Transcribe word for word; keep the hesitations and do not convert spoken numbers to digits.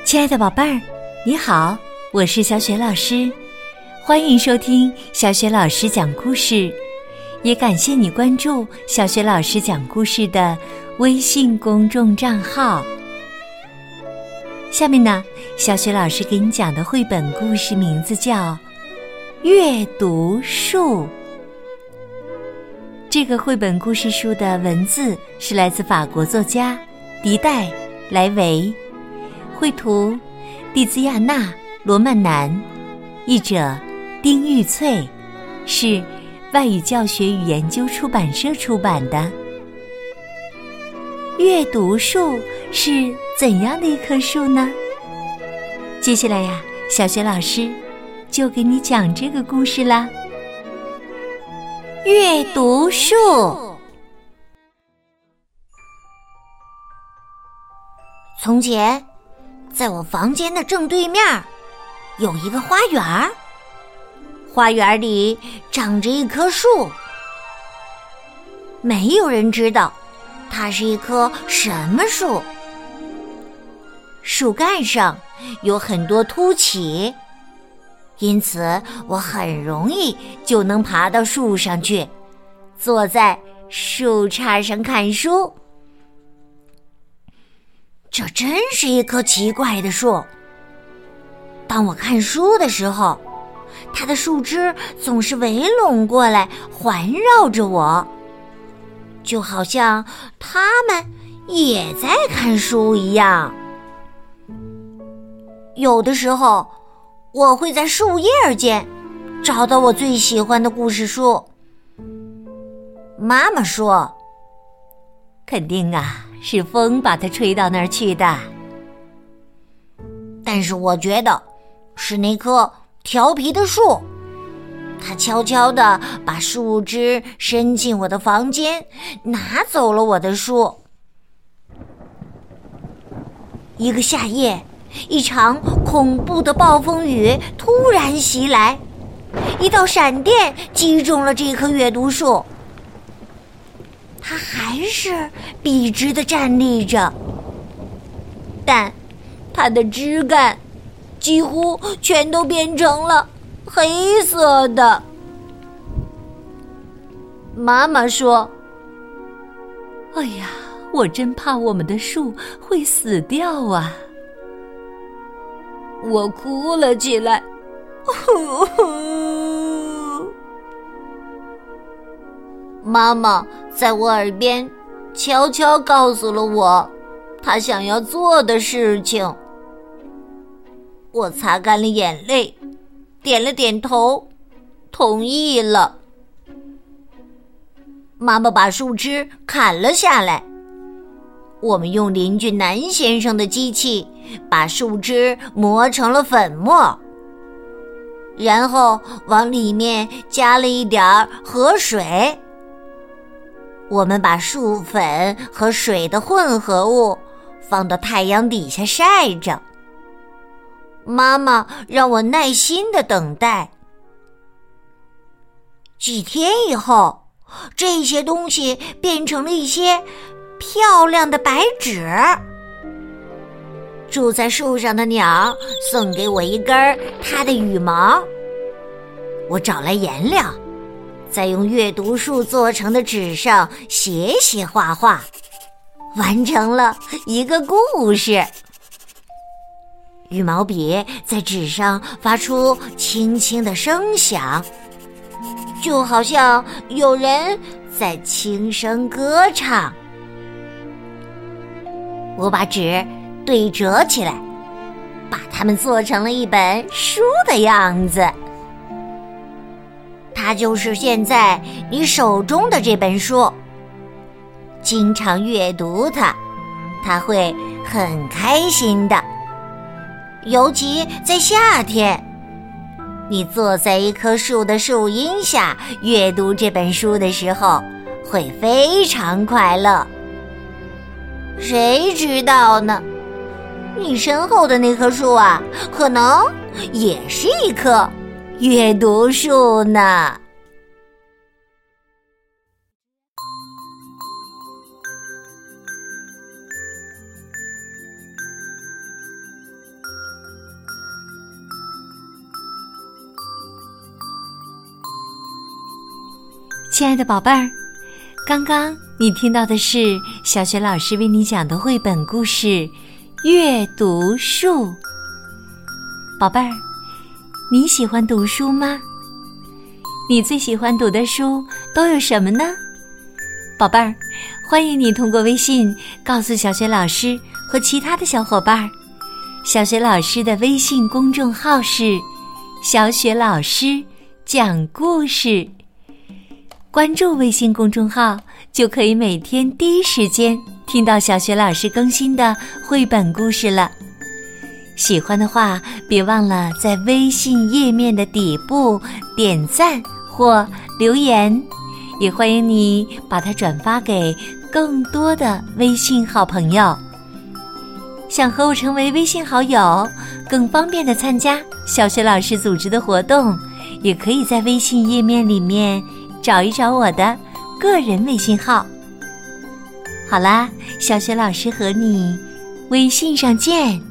亲爱的宝贝儿，你好，我是小雪老师，欢迎收听小雪老师讲故事，也感谢你关注小雪老师讲故事的微信公众账号。下面呢，小雪老师给你讲的绘本故事名字叫《阅读树》。这个绘本故事书的文字是来自法国作家迪戴·莱维，绘图蒂兹亚娜·罗曼南，译者丁玉翠，是外语教学与研究出版社出版的。阅读树是怎样的一棵树呢？接下来呀，小雪老师就给你讲这个故事啦。阅读树。 从前，在我房间的正对面有一个花园，花园里长着一棵树，没有人知道它是一棵什么树。树干上有很多凸起，因此我很容易就能爬到树上去，坐在树杈上看书。这真是一棵奇怪的树。当我看书的时候，它的树枝总是围拢过来，环绕着我，就好像它们也在看书一样。有的时候，我会在树叶间找到我最喜欢的故事书。妈妈说， 肯定啊，是风把它吹到那儿去的。 但是我觉得是那棵调皮的树，它悄悄地把树枝伸进我的房间，拿走了我的书。一个夏夜，一场恐怖的暴风雨突然袭来，一道闪电击中了这棵阅读树。它还是笔直地站立着，但它的枝干几乎全都变成了黑色的。妈妈说， 哎呀，我真怕我们的树会死掉啊。 我哭了起来。妈妈在我耳边悄悄告诉了我她想要做的事情。我擦干了眼泪，点了点头，同意了。妈妈把树枝砍了下来，我们用邻居南先生的机器把树枝磨成了粉末，然后往里面加了一点河水。我们把树粉和水的混合物放到太阳底下晒着。妈妈让我耐心地等待。几天以后，这些东西变成了一些漂亮的白纸。住在树上的鸟送给我一根它的羽毛，我找来颜料，再用阅读树做成的纸上写写画画，完成了一个故事。羽毛笔在纸上发出轻轻的声响，就好像有人在轻声歌唱。我把纸对折起来，把它们做成了一本书的样子。它就是现在你手中的这本书。经常阅读它，它会很开心的。尤其在夏天，你坐在一棵树的树荫下阅读这本书的时候，会非常快乐。谁知道呢？你身后的那棵树啊，可能也是一棵阅读树呢。 亲爱的宝贝儿，刚刚你听到的是小雪老师为你讲的绘本故事《阅读树》。宝贝儿，你喜欢读书吗？你最喜欢读的书都有什么呢？宝贝儿，欢迎你通过微信告诉小雪老师和其他的小伙伴。小雪老师的微信公众号是小雪老师讲故事，关注微信公众号就可以每天第一时间听到小雪老师更新的绘本故事了。喜欢的话，别忘了在微信页面的底部点赞或留言，也欢迎你把它转发给更多的微信好朋友。想和我成为微信好友，更方便地参加小雪老师组织的活动，也可以在微信页面里面找一找我的个人微信号。好啦，小雪老师和你微信上见。